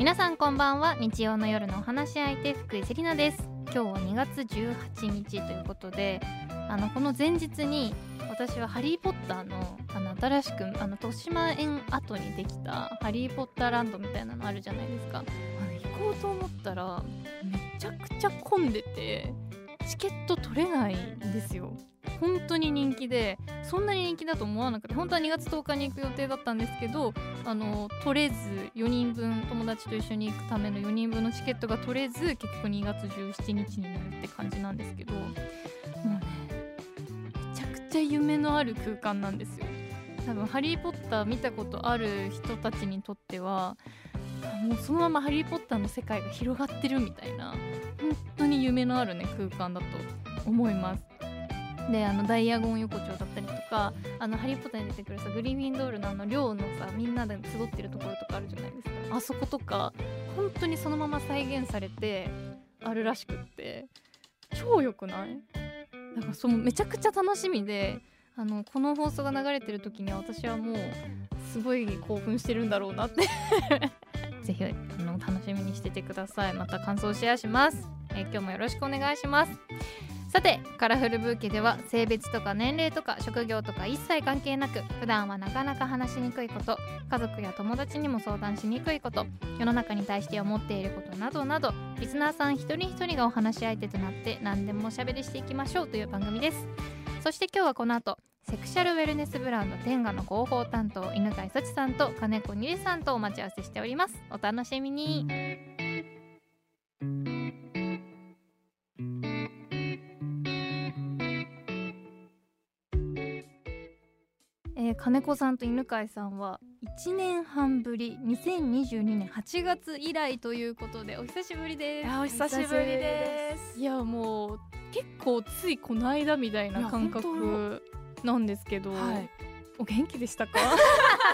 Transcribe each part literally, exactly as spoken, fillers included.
皆さんこんばんは。日曜の夜のお話し相手福井セリナです。今日はにがつじゅうはちにちということで、あのこの前日に私はハリーポッターの、あの新しくあの豊島園跡にできたハリーポッターランドみたいなのあるじゃないですか。あの行こうと思ったらめちゃくちゃ混んでてチケット取れないんですよ。本当に人気で、そんなに人気だと思わなくて、本当はにがつとおかに行く予定だったんですけど、あの取れずよにんぶん、友達と一緒に行くためのよにんぶんのチケットが取れず、結局にがつじゅうしちにちになるって感じなんですけど、もうねめちゃくちゃ夢のある空間なんですよ。多分ハリーポッター見たことある人たちにとってはもうそのままハリーポッターの世界が広がってるみたいな、本当に夢のあるね空間だと思います。で、あのダイアゴン横丁だったりとか、あのハリーポッターに出てくるさグリフィンドールのあの寮のさみんなで集ってるところとかあるじゃないですか。あそことか本当にそのまま再現されてあるらしくって、超良くない？なんかそのめちゃくちゃ楽しみで、あのこの放送が流れてる時には私はもうすごい興奮してるんだろうなってぜひあの楽しみにしててください。また感想をシェアします。えー、今日もよろしくお願いします。さて、カラフルブーケでは性別とか年齢とか職業とか一切関係なく、普段はなかなか話しにくいこと、家族や友達にも相談しにくいこと、世の中に対して思っていることなどなど、リスナーさん一人一人がお話し相手となって何でもおしゃべりしていきましょうという番組です。そして今日はこの後、セクシャルウェルネスブランドテンガの広報担当犬飼幸さんと金子にりさんとお待ち合わせしております。お楽しみに。えー、金子さんと犬飼さんはいちねんはんぶり、にせんにじゅうにねんはちがつ以来ということでお久しぶりです。 いや、お久しぶりです。 いや、もう結構ついこの間みたいな感覚なんですけど、はい、お元気でしたか？見たの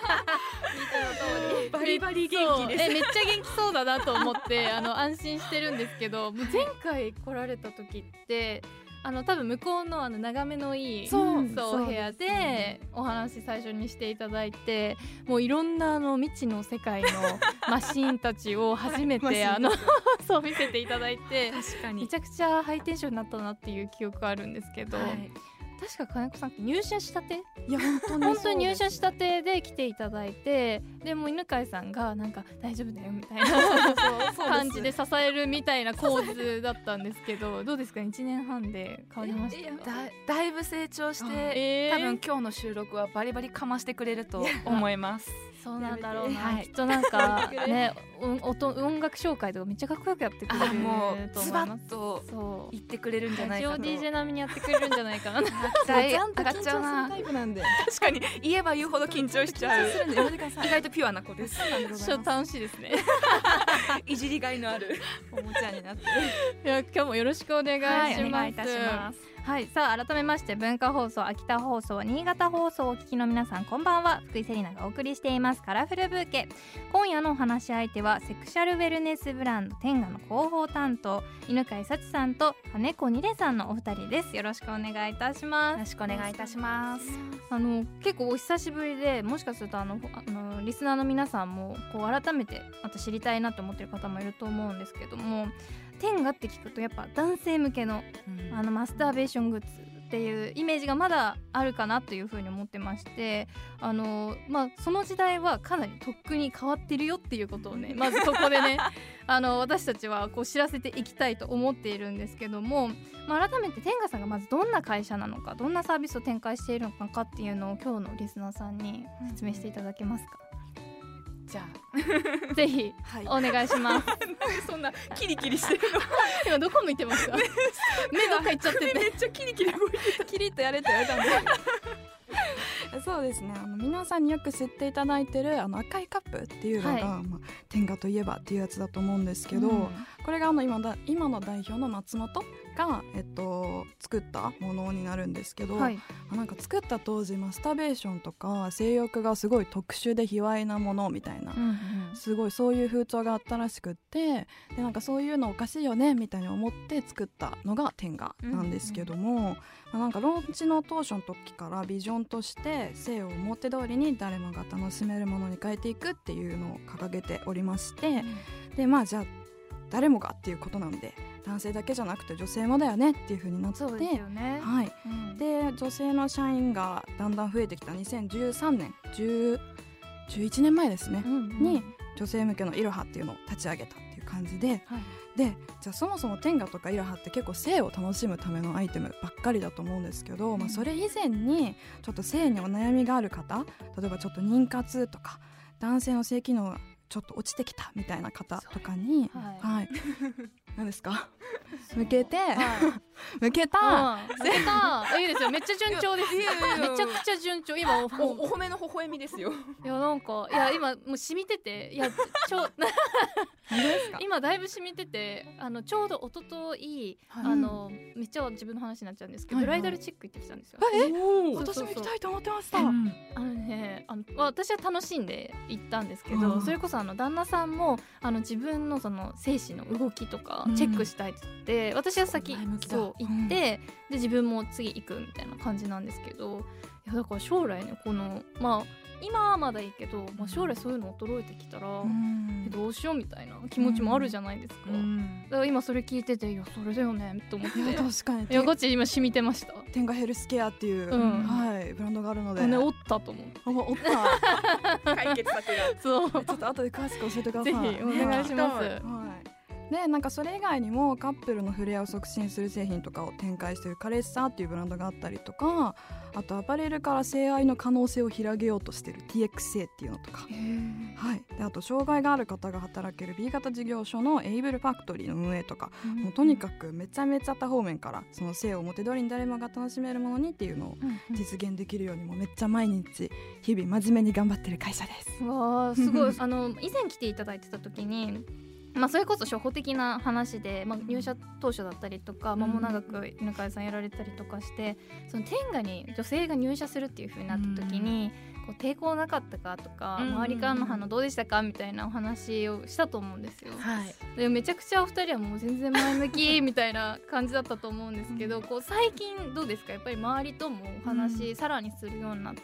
通りバリバリ元気です。えめっちゃ元気そうだなと思ってあの安心してるんですけど、もう前回来られた時ってあの多分向こう の, あの眺めのいいそうそうお部屋でお話最初にしていただいて、もういろんなあの未知の世界のマシーンたちを初めて、はい、あのそう見せていただいて、確かにめちゃくちゃハイテンションになったなっていう記憶あるんですけど、はい、確か金子さんって入社したて、いや本当に本当に入社したてで来ていただいて、でも犬飼さんがなんか大丈夫だよみたいな感じで支えるみたいな構図だったんですけど、どうですかいちねんはんで変わりましたか？ だ, だいぶ成長して、えー、多分今日の収録はバリバリかましてくれると思います。 そうなんだろうな、はい、きっとなんかね音, 音楽紹介とかめっちゃかっこよくやってくれると思います。もうズバッと言ってくれるんじゃないかと、ラジオ ディージェー 並みにやってくれるんじゃないかな期待上がっちゃうな。タイプなんで確かに言えば言うほど緊張しちゃう意外とピュアな子です。 ちょっと楽しいですねいじりがいのあるおもちゃになっていや今日もよろしくお願いします。はい、お願いいたします。はい、さあ改めまして文化放送、秋田放送、新潟放送をお聞きの皆さんこんばんは。福井セリナがお送りしていますカラフルブーケ。今夜のお話し相手はセクシャルウェルネスブランドテンガの広報担当犬飼幸さんと金子にれさんのお二人です。よろしくお願いいたします。 よろしくお願いいたします。 あの結構お久しぶりで、もしかするとあのあのリスナーの皆さんもこう改めてあと知りたいなと思ってる方もいると思うんですけども、テンガって聞くとやっぱ男性向けの、うん、あのマスターベーショングッズっていうイメージがまだあるかなというふうに思ってまして、あの、まあ、その時代はかなりとっくに変わってるよっていうことをねまずそこでねあの私たちはこう知らせていきたいと思っているんですけども、まあ、改めてテンガさんがまずどんな会社なのか、どんなサービスを展開しているのかっていうのを今日のリスナーさんに説明していただけますか？ じゃあぜひお願いします。はい、そんなキリキリしてるの今どこ向いてますか？目どっか行っちゃっててめっちゃキリキリ動いてた。キリッとやれって言われたんでそうですね、あの皆さんによく知っていただいてるあの赤いカップっていうのが、はい、まあ、テンガといえばっていうやつだと思うんですけど、うん、これがあの 今, だ今の代表の松本が、えっと、作ったものになるんですけど、はい、なんか作った当時マスターベーションとか性欲がすごい特殊で卑猥なものみたいなすごいそういう風潮があったらしくって、でなんかそういうのおかしいよねみたいに思って作ったのが天下なんですけども、うんうんまあ、なんかローンチの当初の時からビジョンとして性を表通りに誰もが楽しめるものに変えていくっていうのを掲げておりまして、うん、でまあじゃあ誰もがっていうことなんで男性だけじゃなくて女性もだよねっていう風になって、 そうですよね、 はいうん、で女性の社員がだんだん増えてきたにせんじゅうさんねんじゅう、じゅういちねんまえですね、うんうん、に女性向けのイロハっていうのを立ち上げたっていう感じで、はい、でじゃあそもそも天下とかイロハって結構性を楽しむためのアイテムばっかりだと思うんですけど、うんまあ、それ以前にちょっと性にお悩みがある方、例えばちょっと妊活とか男性の性機能がちょっと落ちてきたみたいな方とかに、はいはい、何ですか向けて、はい、向けた、 うん、向けたいいですよ、めっちゃ順調ですめちゃくちゃ順調、今 お, お, お褒めの微笑みですよいやなんかいや今もう染みてて、いやちょ今だいぶ染みてて、あのちょうど一昨日、はい、あのめっちゃ自分の話になっちゃうんですけど、はいはい、ブライダルチック行ってきたんですよ。 えー、私も行きたいと思ってました、うん、 あのねあの私は楽しんで行ったんですけど、うん、それこそあの旦那さんもあの自分のその精子の動きとかチェックしたいって言って、うん、私は先そう行って、うん、で自分も次行くみたいな感じなんですけど、いやだから将来ねこのまあ今はまだいいけど、まあ、将来そういうの衰えてきたら、うん、どうしようみたいな気持ちもあるじゃないですか、うん、だから今それ聞いてて、いやそれだよねと思って、いや確かにいやガチ今染みてました。 天下ヘルスケアっていう、うんはい、ブランドがあるので、 ね、折ったと思って折った解決策がそうちょっと後で詳しく教えてください。 ぜひお願いします、 はいでなんかそれ以外にもカップルの触れ合いを促進する製品とかを展開しているカレッサーっていうブランドがあったりとか、あとアパレルから性愛の可能性を広げようとしている ティーエックスエー っていうのとか、はい、であと障害がある方が働ける ビー 型事業所のエイブルファクトリーの運営とか、もうとにかくめちゃめちゃ多方面からその性を表通りに誰もが楽しめるものにっていうのを実現できるようにもめっちゃ毎日日々真面目に頑張ってる会社です。 わーすごいあの以前来ていただいてた時にまあ、それこそ初歩的な話で、まあ、入社当初だったりとか間も長く犬飼さんやられたりとかして、その天下に女性が入社するっていう風になった時に、こう抵抗なかったかとか、周りからの反応どうでしたかみたいなお話をしたと思うんですよ、はい、でめちゃくちゃお二人はもう全然前向きみたいな感じだったと思うんですけど、こう最近どうですか、やっぱり周りともお話さらにするようになって、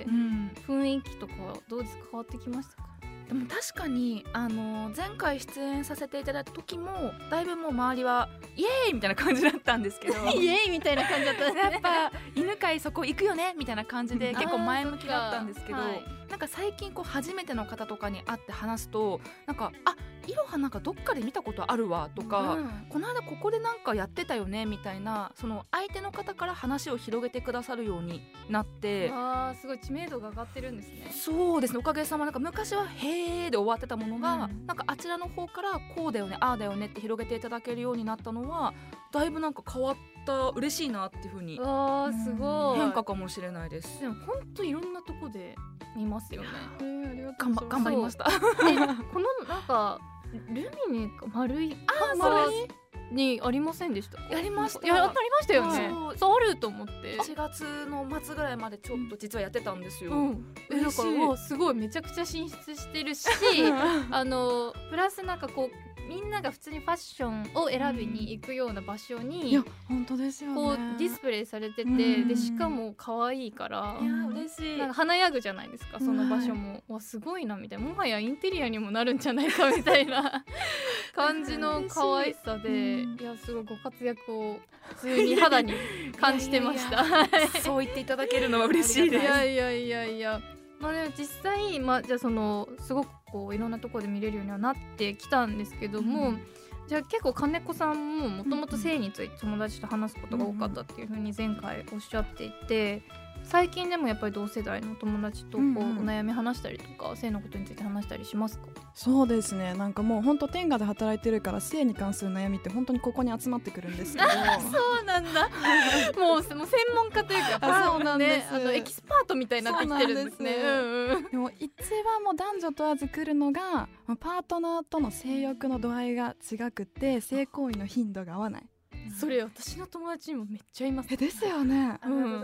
雰囲気とかどうですか、変わってきましたか？ でも確かにあの前回出演させていただいた時もだいぶもう周りはイエーイみたいな感じだったんですけどイエーイみたいな感じだったんですねやっぱ犬飼そこ行くよねみたいな感じで結構前向きだったんですけど、はい、なんか最近こう初めての方とかに会って話すとなんかあイロハなんかどっかで見たことあるわとか、うん、この間ここでなんかやってたよねみたいな、その相手の方から話を広げてくださるようになって、 あーすごい知名度が上がってるんですね。 そうですね、おかげさまなんか昔はへーで終わってたものが、うん、なんかあちらの方からこうだよねああだよねって広げていただけるようになったのはだいぶなんか変わった嬉しいなっていう風にあーすごい変化かもしれないです。 でも本当いろんなとこで見ますよね。 頑張、頑張りましたこのなんかルミネか丸いあ丸いにありませんでした？ やりました。 いやありましたよね。そう、そうあると思ってしがつの末ぐらいまでちょっと実はやってたんですよ、 うん、えだからもうすごいめちゃくちゃ進出してるしあのプラスなんかこうみんなが普通にファッションを選びに行くような場所に、うん、 いや本当ですよね、 こうディスプレイされてて、うん、でしかも可愛いからいや嬉しい、 なんか華やぐじゃないですかその場所も、はい、わすごいなみたいな、もはやインテリアにもなるんじゃないかみたいな感じの可愛さで、いやすごいご活躍を普通に肌に感じてました。 いやいやいやそう言っていただけるのは嬉しいです。 いやいやいやいや、まあでも実際、まあ、じゃあそのすごくこういろんなところで見れるようにはなってきたんですけども、うん、じゃあ結構金子さんももともと性について友達と話すことが多かったっていうふうに前回おっしゃっていて、最近でもやっぱり同世代の友達とこう、うんうん、お悩み話したりとか性のことについて話したりしますか？ そうですね、なんかもう本当天下で働いてるから性に関する悩みって本当にここに集まってくるんですけどそうなんだもう、もう専門家というかあそうなんです、 ね、あのエキスパートみたいになってきてるんですね。 で, うんうん、でも一番もう男女問わず来るのがパートナーとの性欲の度合いが違くて性行為の頻度が合わない。 それ私の友達にもめっちゃいます。 えですよね、 うん、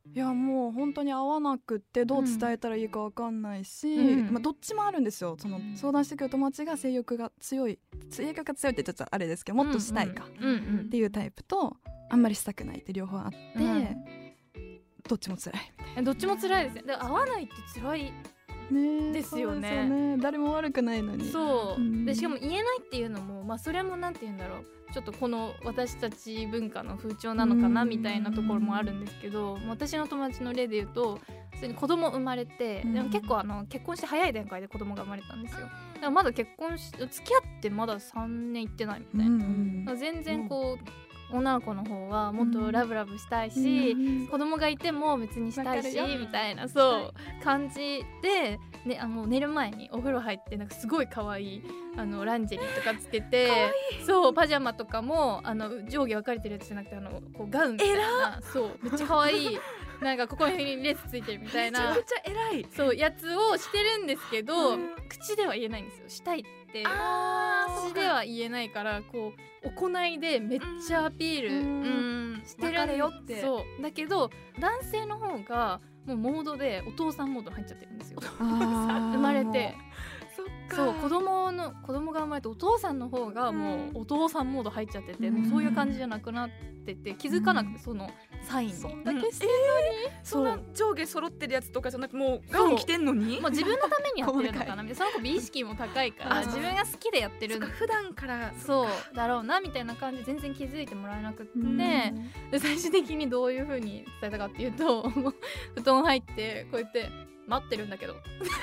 いやもう本当に合わなくってどう伝えたらいいか分かんないし、 うんまあ、どっちもあるんですよ。その相談してくる友達が性欲が強い性欲が強いって言っちゃあれですけどもっとしたいかっていうタイプとあんまりしたくないって両方あって、うん、どっちも辛いみたいな。 どっちも辛いですね。で合わないって辛いね、 ですよね。 そうですよね。誰も悪くないのに。 そう、うん、でしかも言えないっていうのも、まあ、それもなんて言うんだろう、ちょっとこの私たち文化の風潮なのかなみたいなところもあるんですけど、私の友達の例で言うと普通に子供生まれて、でも結構あの結婚して早い段階で子供が生まれたんですよ。だからまだ結婚し付き合ってまださんねんいってないみたいな、うんうん、だから全然こう女の子の方はもっとラブラブしたいし、うん、子供がいても別にしたいしみたいなそう感じで、ね、あの寝る前にお風呂入ってなんかすごい可愛いあのランジェリーとかつけてそうパジャマとかもあの上下分かれてるやつじゃなくてあのこうガウンみたいなそうめっちゃ可愛いなんかここにレースついてるみたいなめちゃめちゃ偉いそうやつをしてるんですけど、うん、口では言えないんですよ。したいって口では言えないからこう行いでめっちゃアピール、うん、してるよってそうだけど男性の方がもうモードでお父さんモードに入っちゃってるんですよ生まれてそう子供の子供が生まれてお父さんの方がもうお父さんモード入っちゃってて、うん、もうそういう感じじゃなくなってて気づかなくてそのサインにそんだけしてるのに、 うん、そんな上下揃ってるやつとかじゃなくてもうガウン着てんのにもう自分のためにやってるのかなみたいなその子美意識も高いから自分が好きでやってる普段からそうだろうなみたいな感じで全然気づいてもらえなくって、うん、で最終的にどういう風に伝えたかっていうと布団入ってこうやって待ってるんだけど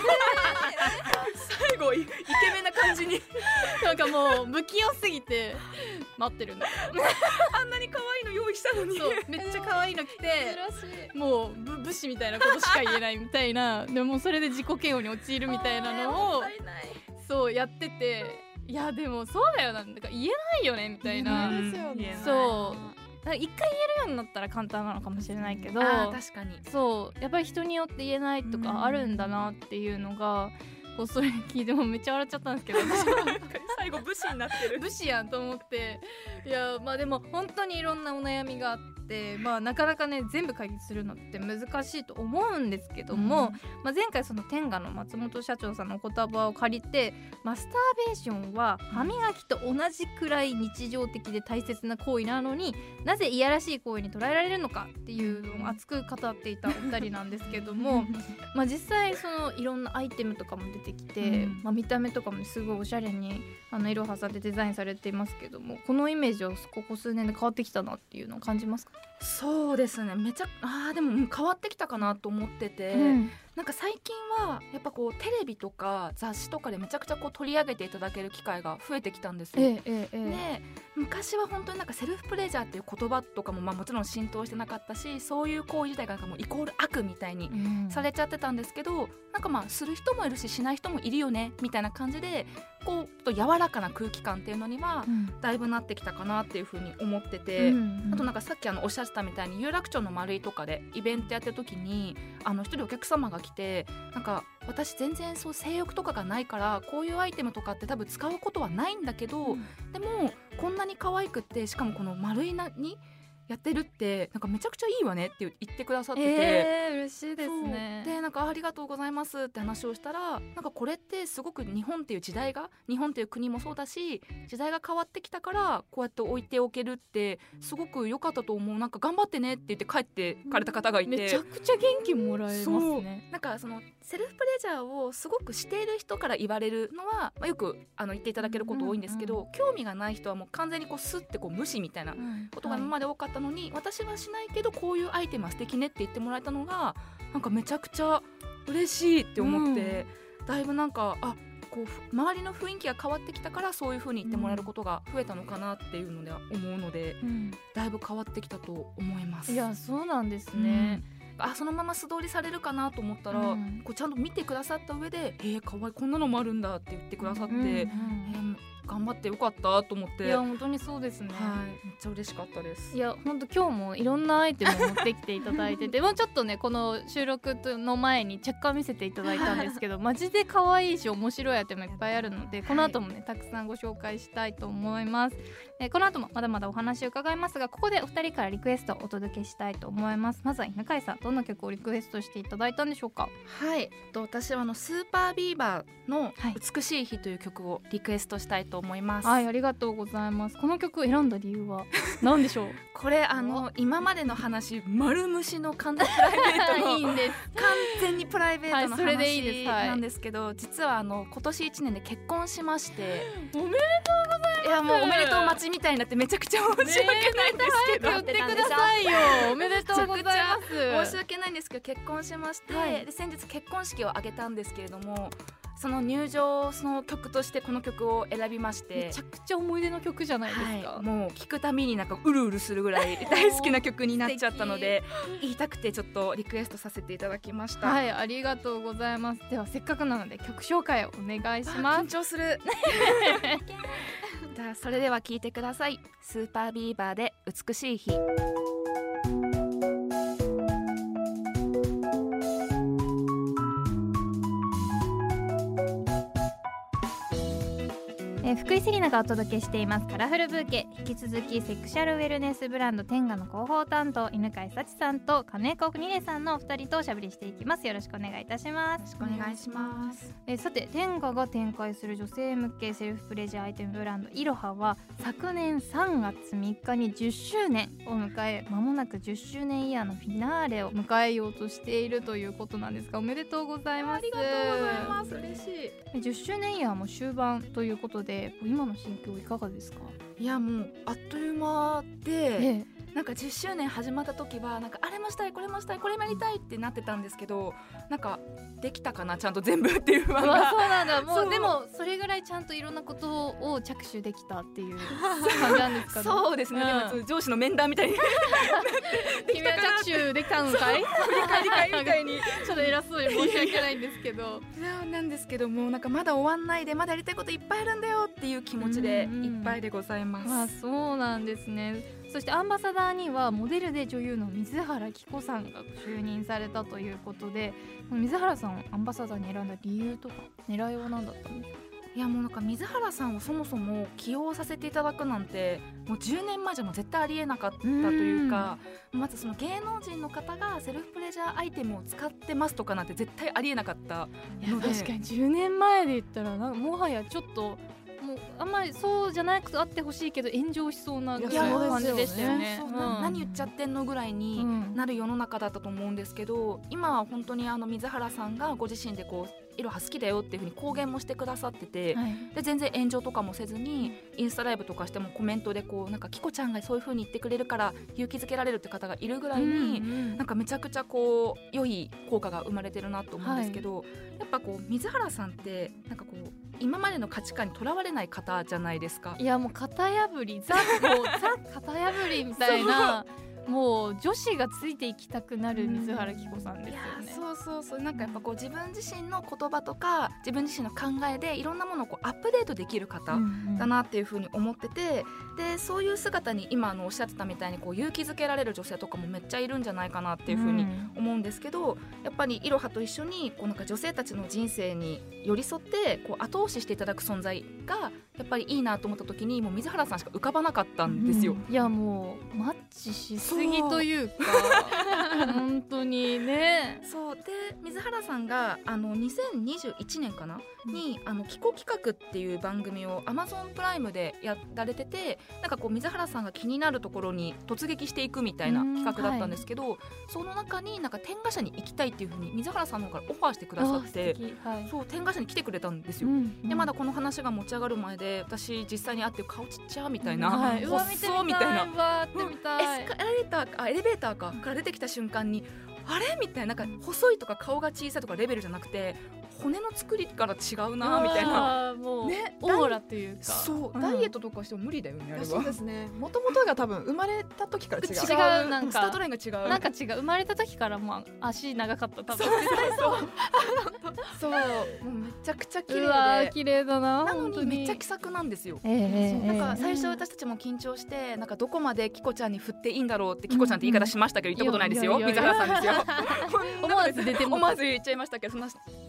最後イケメンな感じになんかもう不器用すぎて待ってるんだけどあんなに可愛いの用意したのにそうめっちゃ可愛いの着てもうぶ武士みたいなことしか言えないみたいなでもそれで自己嫌悪に陥るみたいなのをそうやってていやでもそうだよなだから言えないよねみたいな、 うんですよね、 そう一回言えるようになったら簡単なのかもしれないけどあ確かにそうやっぱり人によって言えないとかあるんだなっていうのがこうそれ聞いてもめっちゃ笑っちゃったんですけど最後武士になってる武士やんと思っていやまあでも本当にいろんなお悩みがあって、まあ、なかなかね全部解決するのって難しいと思うんですけども、うんまあ、前回その天下の松本社長さんのお言葉を借りてマスターベーションは歯磨きと同じくらい日常的で大切な行為なのになぜいやらしい行為に捉えられるのかっていうのを熱く語っていたお二人なんですけどもまあ実際そのいろんなアイテムとかも出てきて、うんまあ、見た目とかもすごいおしゃれにあのいろはさんでデザインされていますけどもこのイメージはここ数年で変わってきたなっていうのを感じますか？ そうですねめちゃあーでも変わってきたかなと思ってて、うん、なんか最近はやっぱこうテレビとか雑誌とかでめちゃくちゃこう取り上げていただける機会が増えてきたんですよ、 ええええ、 で昔は本当になんかセルフプレジャーっていう言葉とかもまあもちろん浸透してなかったしそういう行為自体がなんかもうイコール悪みたいにされちゃってたんですけど、うん、なんかまあする人もいるししない人もいるよねみたいな感じでこうと柔らかな空気感っていうのにはだいぶなってきたかなっていうふうに思ってて、うん、あとなんかさっきあのおっしゃってたみたいに有楽町の丸井とかでイベントやってる時にあの一人お客様が来てなんか私全然そう性欲とかがないからこういうアイテムとかって多分使うことはないんだけど、うん、でもこんなに可愛くってしかもこの丸いなにやってるってなんかめちゃくちゃいいわねって言ってくださってて、 えー、嬉しいですね。 でなんかありがとうございますって話をしたらなんかこれってすごく日本っていう時代が日本っていう国もそうだし時代が変わってきたからこうやって置いておけるってすごく良かったと思うなんか頑張ってねって言って帰ってかれた方がいてめちゃくちゃ元気もらえますね。 なんかそのセルフプレジャーをすごくしている人から言われるのは、まあ、よくあの言っていただけること多いんですけど、うんうん、興味がない人はもう完全にこうスッてこう無視みたいなことが今まで多かったのに、うんはい、私はしないけどこういうアイテムは素敵ねって言ってもらえたのがなんかめちゃくちゃ嬉しいって思って、うん、だいぶなんかあこう周りの雰囲気が変わってきたからそういう風に言ってもらえることが増えたのかなっていうのでは思うので、うん、だいぶ変わってきたと思います。 いやそうなんですね、 うん、あそのまま素通りされるかなと思ったら、うん、こうちゃんと見てくださった上でえー、かわいいこんなのもあるんだって言ってくださって、うんうんえー頑張ってよかったと思っていや本当にそうですね、 はい、めっちゃ嬉しかったです。 いや本当今日もいろんなアイテムを持ってきていただいててもうちょっとねこの収録の前にチェッカー見せていただいたんですけどマジで可愛いし面白いアイテムいっぱいあるのでこの後もねたくさんご紹介したいと思います。 えー、この後もまだまだお話を伺いますが、ここでお二人からリクエストをお届けしたいと思います。まずは犬飼さん、どんな曲をリクエストしていただいたんでしょうか？ はい、と私はあのスーパービーバーの美しい日という曲をリクエストしたいと思います。 はい、ありがとうございます。この曲を選んだ理由は何でしょう？ これあの今までの話丸虫の完全プライベートのいいんです完全にプライベートのはい、それでいいです、はい、 話なんですけど、実はあの今年いちねんで結婚しまして。 おめでとうございます。 いやもうおめでとう待ちみたいになってめちゃくちゃ申し訳ないんですけど、 言ってくださいよ。おめでとうございます。 申し訳ないんですけど結婚しまして、はい、で先日結婚式を挙げたんですけれども、その入場の曲としてこの曲を選びまして、 めちゃくちゃ思い出の曲じゃないですか、 はい、もう聴くたびになんかうるうるするぐらい大好きな曲になっちゃったので言いたくてちょっとリクエストさせていただきました。 はい、ありがとうございます。ではせっかくなので曲紹介をお願いします。 緊張するじゃあそれでは聴いてください。スーパービーバーで美しい日。 福井セリナがお届けしていますカラフルブーケ。引き続きセクシャルウェルネスブランドテンガの広報担当犬飼幸さんと金子邦音さんのお二人とおしゃべりしていきます。よろしくお願いいたします。 よろしくお願いします。 えさて、テンガが展開する女性向けセルフプレジャーアイテムブランドイロハは昨年さんがつみっかにじゅっしゅうねんを迎え、まもなくじゅっしゅうねんイヤーのフィナーレを迎えようとしているということなんですが、おめでとうございます。 ありがとうございます。嬉しい。 じゅっしゅうねんイヤーも終盤ということで、今の心境いかがですか？ いやもうあっという間で、ええ、なんかじゅっしゅうねん始まった時はなんかあれもしたいこれもしたいこれもやりたいってなってたんですけど、なんかできたかなちゃんと全部っていう不安が。 そうなんだ。もうでもそれぐらいちゃんといろんなことを着手できたっていう感じなんですかね。 そうですね、うん、でも上司の面談みたいに君は着手できたのかい振り返り会みたいにちょっと偉そうに申し訳ないんですけどなんですけども、なんかまだ終わんないでまだやりたいこといっぱいあるんだよっていう気持ちでいっぱいでございます。 あ、そうなんですね。そしてアンバサダーにはモデルで女優の水原希子さんが就任されたということで、水原さんをアンバサダーに選んだ理由とか狙いは何だったんですか？ いやもうなんか水原さんをそもそも起用させていただくなんてもうじゅうねんまえじゃもう絶対ありえなかったというか、まずその芸能人の方がセルフプレジャーアイテムを使ってますとかなんて絶対ありえなかったので。 確かにじゅうねんまえで言ったらなんかもはやちょっともうあんまりそうじゃなくてあってほしいけど炎上しそうな感じでしたよね。 そう、何言っちゃってんのぐらいになる世の中だったと思うんですけど、今は本当にあの水原さんがご自身でこうイロハ好きだよっていう風に公言もしてくださってて、はい、で全然炎上とかもせずにインスタライブとかしてもコメントでこうなんかキコちゃんがそういう風に言ってくれるから勇気づけられるって方がいるぐらいに、うんうん、なんかめちゃくちゃこう良い効果が生まれてるなと思うんですけど、はい、やっぱこう水原さんってなんかこう今までの価値観にとらわれない方じゃないですか。 いやもう型破りザもうザ型破りみたいなもう女子がついていきたくなる水原希子さんですよね。 いやそうそうそう、なんかやっぱこう自分自身の言葉とか自分自身の考えでいろんなものをこうアップデートできる方だなっていうふうに思ってて、うんうん、でそういう姿に今あのおっしゃってたみたいにこう勇気づけられる女性とかもめっちゃいるんじゃないかなっていうふうに思うんですけど、うん、やっぱりイロハと一緒にこうなんか女性たちの人生に寄り添ってこう後押ししていただく存在がやっぱりいいなと思った時にもう水原さんしか浮かばなかったんですよ、 うん、いやもうマッチしすぎというか本当にね。 そうで水原さんがあのにせんにじゅういちねんかな、うん、にあのキコ企画っていう番組を Amazon プライムでやられてて、なんかこう水原さんが気になるところに突撃していくみたいな企画だったんですけど、はい、その中になんか天下社に行きたいっていう風に水原さんの方からオファーしてくださって、はい、そう天下社に来てくれたんですよ、うんうん、でまだこの話が持ち上がる前で私実際に会って顔ちっちゃみたいな、うんはい、細みたいな、 うわ見てみたい、 エスカレーターあエレベーターかから出てきた瞬間にあれみたいな、なんか細いとか顔が小さいとかレベルじゃなくて骨の作りから違うなみたいな、 もう、ね、オーラっていうかそう、うん、ダイエットとかしても無理だよねあれは。 そうですね、もともとが多分生まれた時から違う違うなんかスタートラインが違うなんか違う生まれた時からもう足長かった多分。 そう絶対そうそうもうめちゃくちゃ綺麗で、うわ綺麗だな。 なのにめっちゃ気さくなんですよ、 えー、 なんか最初私たちも緊張してなんかどこまでキコちゃんに振っていいんだろうってキコちゃんって言い方しましたけど、うん、言ったことないですよ水原さんですよ思わず出ても思わず言っちゃいましたけどそんな慣れ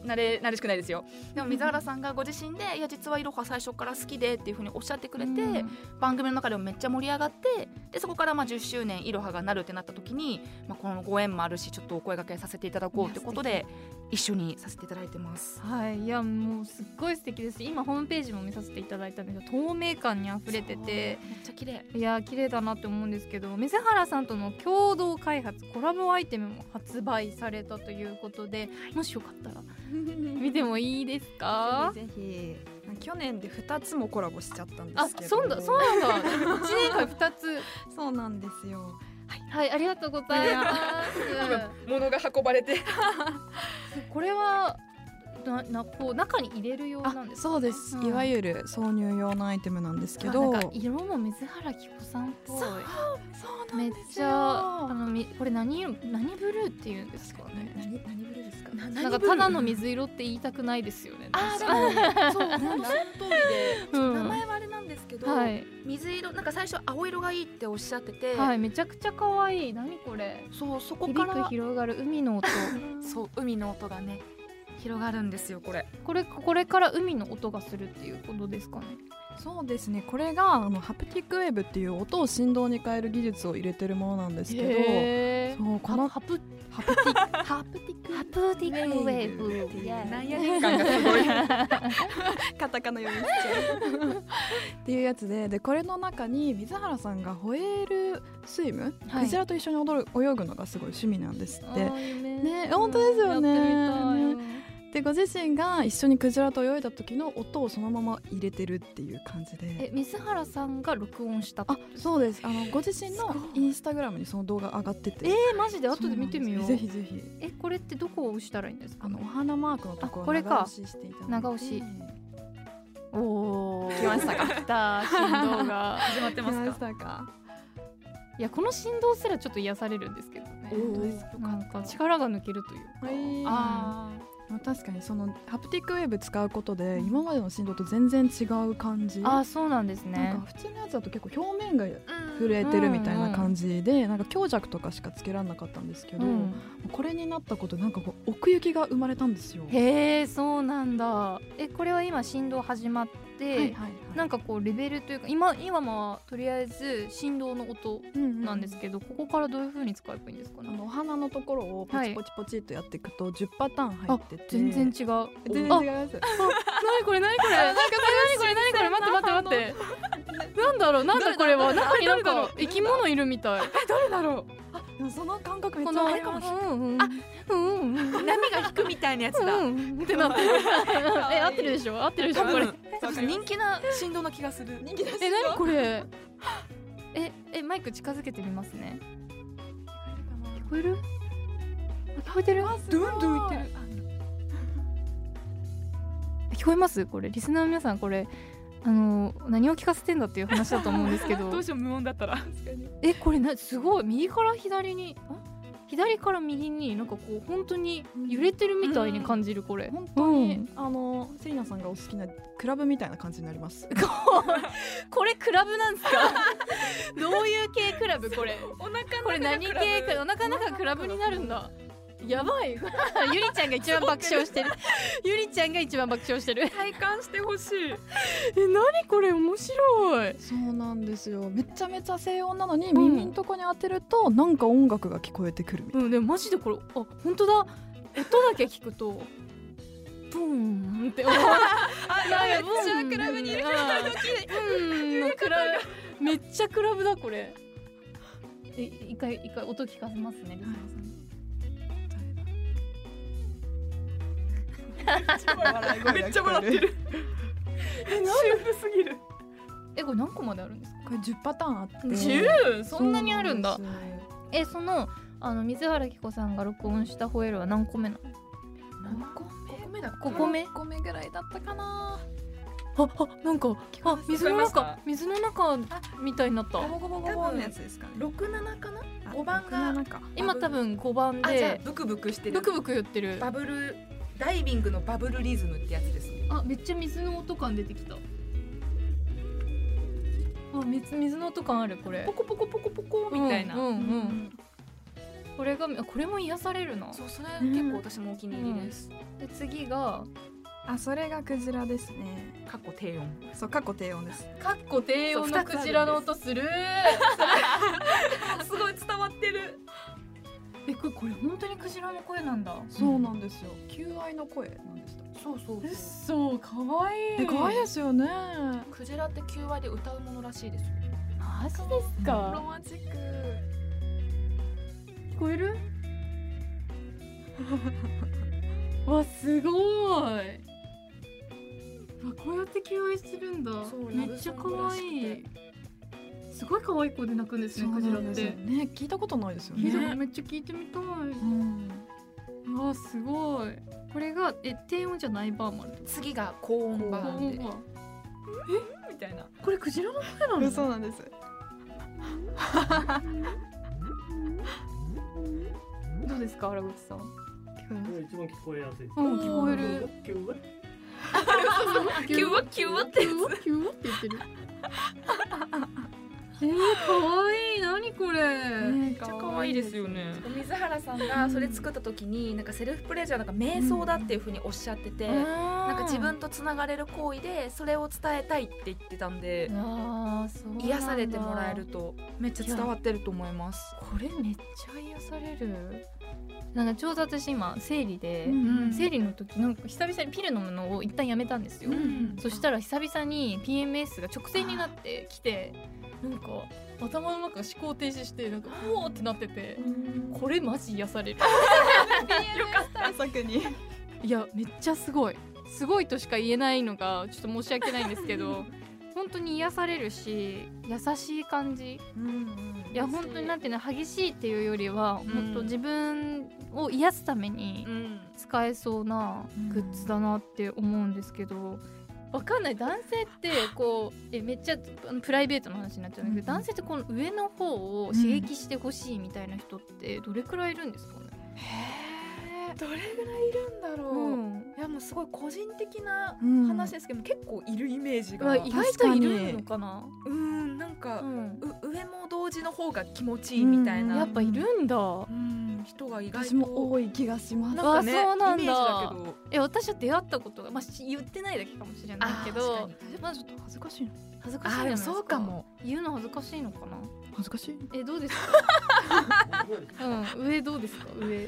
なるしくないですよ。でも水原さんがご自身でいや実はいろは最初から好きでっていう風におっしゃってくれて、うん、番組の中でもめっちゃ盛り上がって、でそこからまあじゅっしゅうねんいろはがなるってなった時に、まあ、このご縁もあるしちょっとお声掛けさせていただこうということで一緒にさせていただいてます。 はい、いやもうすっごい素敵です。今ホームページも見させていただいたんですけど透明感にあふれててめっちゃ綺麗。 いや綺麗だなって思うんですけど、水原さんとの共同開発コラボアイテムも発売されたということで、もしよかったら見てもいいですか？ ぜひぜひ。去年でふたつもコラボしちゃったんですけど。 あ、そうだそうなんだ。いちねんかんふたつ。 そうなんですよ。 はい、はい、ありがとうございます物が運ばれてこれはななこう中に入れるようなんですか？ そうです、うん、いわゆる挿入用のアイテムなんですけど、 なんか色も水原希子さんっぽい。 そうそうなんですよ。 めっちゃあのみこれ何色何ブルーっていうんですかね。 何何ブルーですか？ な, なんかただの水色って言いたくないですよね。 あそうそう本当その通りで、うん、名前はあれなんですけど、はい、水色なんか最初青色がいいっておっしゃってて、 はい、めちゃくちゃ可愛い。何これ？ そうそこから響く広がる海の音そう海の音がね広がるんですよ。これこれこれから海の音がするっていうことですかね？ そうですね、これがあのハプティックウェーブっていう音を振動に変える技術を入れてるものなんですけど、そうこのハプハプティックハプティックハプティックウェーブなんやねん感がすごいカタカナ読みしちゃうっていうやつで、でこれの中に水原さんがホエールスイム、はい、クジラと一緒に踊る泳ぐのがすごい趣味なんですって。ね、本当ですよね。でご自身が一緒にクジラと泳いだ時の音をそのまま入れてるっていう感じで。 え、水原さんが録音した？ あ、そうです。あのご自身のインスタグラムにその動画上がってて。 えー、マジで後で見てみよう。 ぜひぜひ。 え、これってどこを押したらいいんですか？ あのお花マークのところを長押ししていただいて。 長押し。おー、 来ましたか？ 来た、振動が始まってますか？ 来ましたか？ いや、この振動すらちょっと癒されるんですけどね。 本当ですか？ なんか力が抜けるというか。 えー、 あー。 確かにそのハプティックウェーブ使うことで今までの振動と全然違う感じ。 あ、そうなんですね。 なんか普通のやつだと結構表面が震えてるみたいな感じで、うんうん、なんか強弱とかしかつけられなかったんですけど、うん、これになったことでなんかこう奥行きが生まれたんですよ。 へえ、そうなんだ。え、これは今振動始まって、はいはいはい、なんかこうレベルというか今今はとりあえず振動の音なんですけど、うんうん、ここからどういう風に使えばいいんですかね？ あのお花のところをポチポチポチっとやっていくとじゅっパターン入ってて、 全然違う。 全然違います。何これ何これ何これ何これ待って待って待ってなんだろう、なんだこれは。中になんか生き物いるみたい。 え、誰だろう。あ、でもその感覚めっちゃあるかもしれない。うんうん、 あ、うんうん、波が引くみたいなやつだ。 うんってなってる。え、合ってるでしょ？合ってるでしょ？これ人気な振動な気がする。 人気な振動。 え、何これ。ええ、マイク近づけてみますね。聞こえる？聞こえてる？ ドゥンドゥン言ってる。 聞こえます？これリスナーの皆さん、これあの何を聞かせてんだっていう話だと思うんですけどどうしよう、無音だったら。 え、これな、すごい右から左に、左から右になんかこう本当に揺れてるみたいに感じる。これ、 うん、本当に、うん、あのセリナさんがお好きなクラブみたいな感じになりますこれクラブなんですか？どういう系クラブ？これお腹の中これ何系か、お腹の中クラブになるんだ。やばいゆりちゃんが一番爆笑してるゆりちゃんが一番爆笑してる。 体感してほしい。 え、何これ面白い。 そうなんですよ。めちゃめちゃ静音なのに、うん、耳のとこに当てるとなんか音楽が聞こえてくるみたいな。 うん、でもマジでこれ、あ、本当だ。音だけ聞くとブーンって思う。 あ、めっちゃクラブにいる。 めっちゃクラブだこれ。え、一回一回音聞かせますね、リスナーさん。 めっちゃ笑ってる。え、なんですぎる。 え、これ何個まであるんですか？ これじゅっパターンあって。 じゅう？そんなにあるんだ。え、そのあの水原希子さんが録音したホエールは何個目なの？ 何個目だ？ ごこめ？ ごこめぐらいだったかな。 あ、あ、なんかあ、水の中水の中みたいになった。 ゴボゴボゴボのやつですかね。 六七かな？五番が今多分五番で。 あ、じゃあブクブクしてる。 ブクブク言ってる。 バブルダイビングのバブルリズムってやつですね。 あ、めっちゃ水の音感出てきた。あ、水水の音感あるこれ。 ポコポコポコポコみたいな。 うんうんうん。 これがこれも癒されるな。 そう、それ結構私もお気に入りです、 うん、で次があ、それがクジラですね。 かっこ低音。 そう、かっこ低音です。 かっこ低音のクジラの音するすごい伝わってる。 え、これ、これ本当にクジラの声なんだ。 そうなんですよ、求愛の声なんでした。 そうそううっそ、かわいい。 え、可愛いですよね。 クジラって求愛で歌うものらしいですよ。 マジですか。 ロマンチック。 聞こえるわ、すごい。わ、こうやって求愛するんだ。めっちゃ可愛い。すごい可愛い声で鳴くんですね、クジラって。 ね、聞いたことないですよね。 めっちゃ聞いてみたい。うん、わ、すごい。これがえ低音じゃないバーもある。 次が高音バーで。えみたいな。 これクジラの声なの？ そうなんです。 どうですか、原口さん。 一番聞こえやすい。 うん、聞こえる。 キューキュワキュワってキュワキュワって言ってる。えー、可愛い。何これ。 めっちゃ可愛いですよね。水原さんがそれ作った時に、なんかセルフプレジャーなんか瞑想だっていう風におっしゃってて、なんか自分とつながれる行為でそれを伝えたいって言ってたんで、 あ、そうなんだ。 癒されてもらえるとめっちゃ伝わってると思います。 これめっちゃ癒される。なんかちょうど私今生理で、 うん、 生理の時なんか久々にピル飲むのを一旦やめたんですよ、うん、そしたら久々に ピーエムエス が直線になってきて、なんか頭の中が思考停止してなんかうおーってなってて、うん、これマジ癒される。よかった。 にいや、めっちゃすごいすごいとしか言えないのがちょっと申し訳ないんですけど本当に癒されるし優しい感じ、うんうん、いや本当になんていうの、激しいっていうよりは、うん、本当自分を癒すために使えそうなグッズだなって思うんですけど、わかんない。男性ってこうえめっちゃプライベートの話になっちゃうんだけど、うん、男性ってこの上の方を刺激してほしいみたいな人ってどれくらいいるんですかね。 へー、どれぐらいいるんだろう、うん、いやもうすごい個人的な話ですけど、うん、結構いるイメージが、 意外といるのかな。 うん、なんか、うん、上も同時の方が気持ちいいみたいな、 うん、やっぱいるんだ、 うん、人が意外と私も多い気がします。 なんかね、 そうなんだ。 イメージだけど、 え、私は出会ったことが、まあ、言ってないだけかもしれないけど、 まあちょっと恥ずかしいの。 恥ずかしいの。 そうかも。 言うの恥ずかしいのかな。 恥ずかしい。 え、どうですか。うん、上どうですか。上。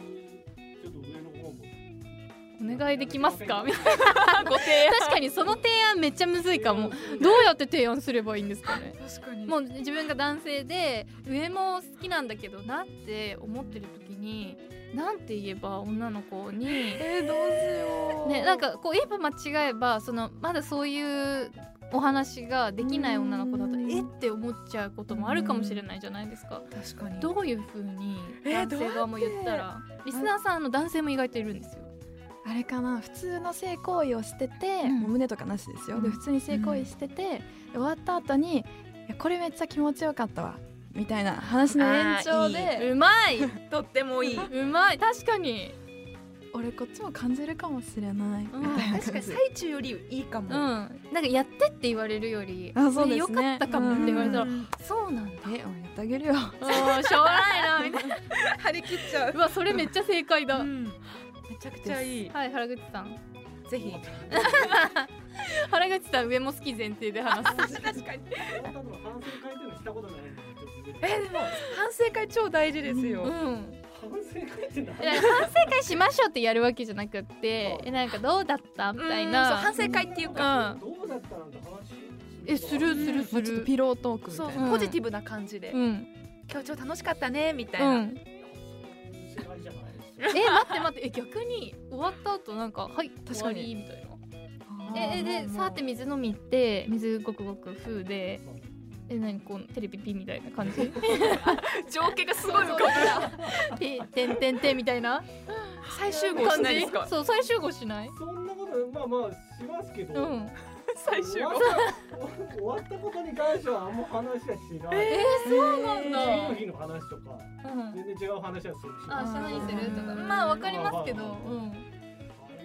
お願いできますかみたいなご提案。確かにその提案めっちゃむずいかも。どうやって提案すればいいんですかね。 確かに。 もう自分が男性で上も好きなんだけどなって思ってる時になんて言えば女の子にえー、どうしようね、なんかこう言えば間違えばそのまだそういうお話ができない女の子だとえって思っちゃうこともあるかもしれないじゃないですか。 確かに。 どういう風に男性側も言ったら、リスナーさんの男性も意外といるんですよ。 あれかな、普通の性行為をしてて、うん、もう胸とかなしですよ、うん、で普通に性行為してて、うん、終わった後にいやこれめっちゃ気持ちよかったわみたいな話の延長で、 いい、うまいとってもいいうまい、確かに俺こっちも感じるかもしれない、 うん、みたいな。確かに最中よりいいかも、 うん、なんかやってって言われるよりあ、そうですね、 よかったかもって言われたら、うん、そうなんだ、 え、やってあげるよしょうがないなみたいな張り切っちゃう。 うわ、それめっちゃ正解だ、うん、 めちゃくちゃいい。 はい、原口さんぜひ原口さん上も好き前提で話す確かに反省会っていうのしたことないんでえでも反省会超大事ですよ、 うん、 反省会って何？ いや反省会しましょうってやるわけじゃなくってえなんかどうだったみたいな、 そう反省会っていうか、 うん、どうだったなんて話えするするする、 ちょっとピロートークみたいな、 そう、うん、ポジティブな感じで、うん、今日超楽しかったねみたいな、うん、 え待って待ってえ逆に終わった後なんかはい確かにみたいなえでさーって水飲み行って水ごくごく風でえ何こうテレビピみたいな感じ情景がすごい浮かぶててんてんてんみたいな最終号しないですか？ そう最終号しない？ そんなことまあまあしますけど、うん、 最終号終わったことに関してはあんま話はしない。 えー、そうなんだ。 次の日の話とか、うん、全然違う話はするし、 あ、しないするとか、まあわかりますけど、うん。 あれが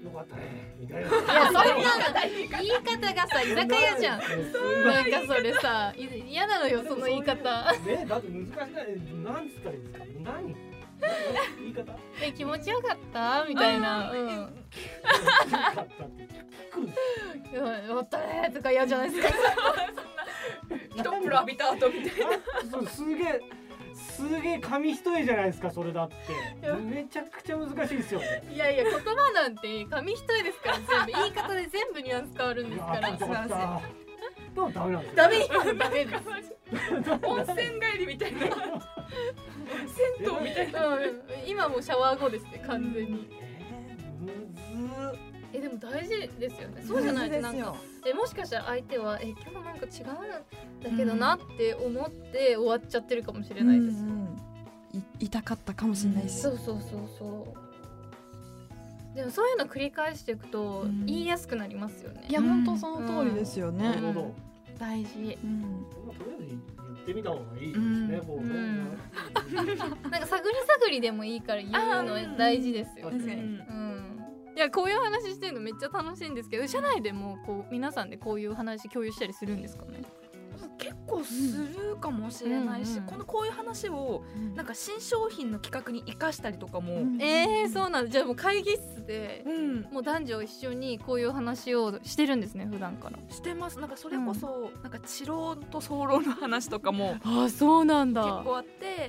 よかったねみたいな。 いやそんな言い方がさ居酒屋じゃん。なんかそれさ嫌なのよその言い方。 ねだって難しいな。なんつったらいいですか。何言い方？ え気持ちよかったみたいな。うん。よかったって聞く。 ったねとか嫌じゃないですか。 一風呂浴びた後みたいな。 そうすげえすげえ紙一重じゃないですかそれだって。めちゃくちゃ難しいですよね。 いやいや言葉なんて紙一重ですから全部言い方で全部ニュアンス変わるんですから。 よかった。でもダメなんですよ。 ダメダメです。 温泉帰りみたいな。銭湯みたいな。 うん、今もうシャワー後ですね完全に。 えー、むずっ。 えでも大事ですよね。そうじゃないとなんかえもしかしたら相手はえ今日なんか違うんだけどなって思って終わっちゃってるかもしれないです。うんうん、 い痛かったかもしれないです。 そうそうそうそう。でもそういうの繰り返していくと言いやすくなりますよね。 いや本当その通りですよね。 なるほど。 大事。 うん。 とりあえず言ってみた方がいいですね。こうね。 なんか探り探りでもいいから言うの大事ですよ。 確かに。うん。 いやこういう話してるのめっちゃ楽しいんですけど、社内でもこう皆さんでこういう話共有したりするんですかね。 結構するかもしれないし、うん、このこういう話をなんか新商品の企画に生かしたりとかも、うん、 えー、そうなんだ。じゃあもう会議室で、うん、もう男女一緒にこういう話をしてるんですね普段から。 してます。なんかそれこそ、うん、なんか治療と早漏の話とかもあそうなんだ結構あって、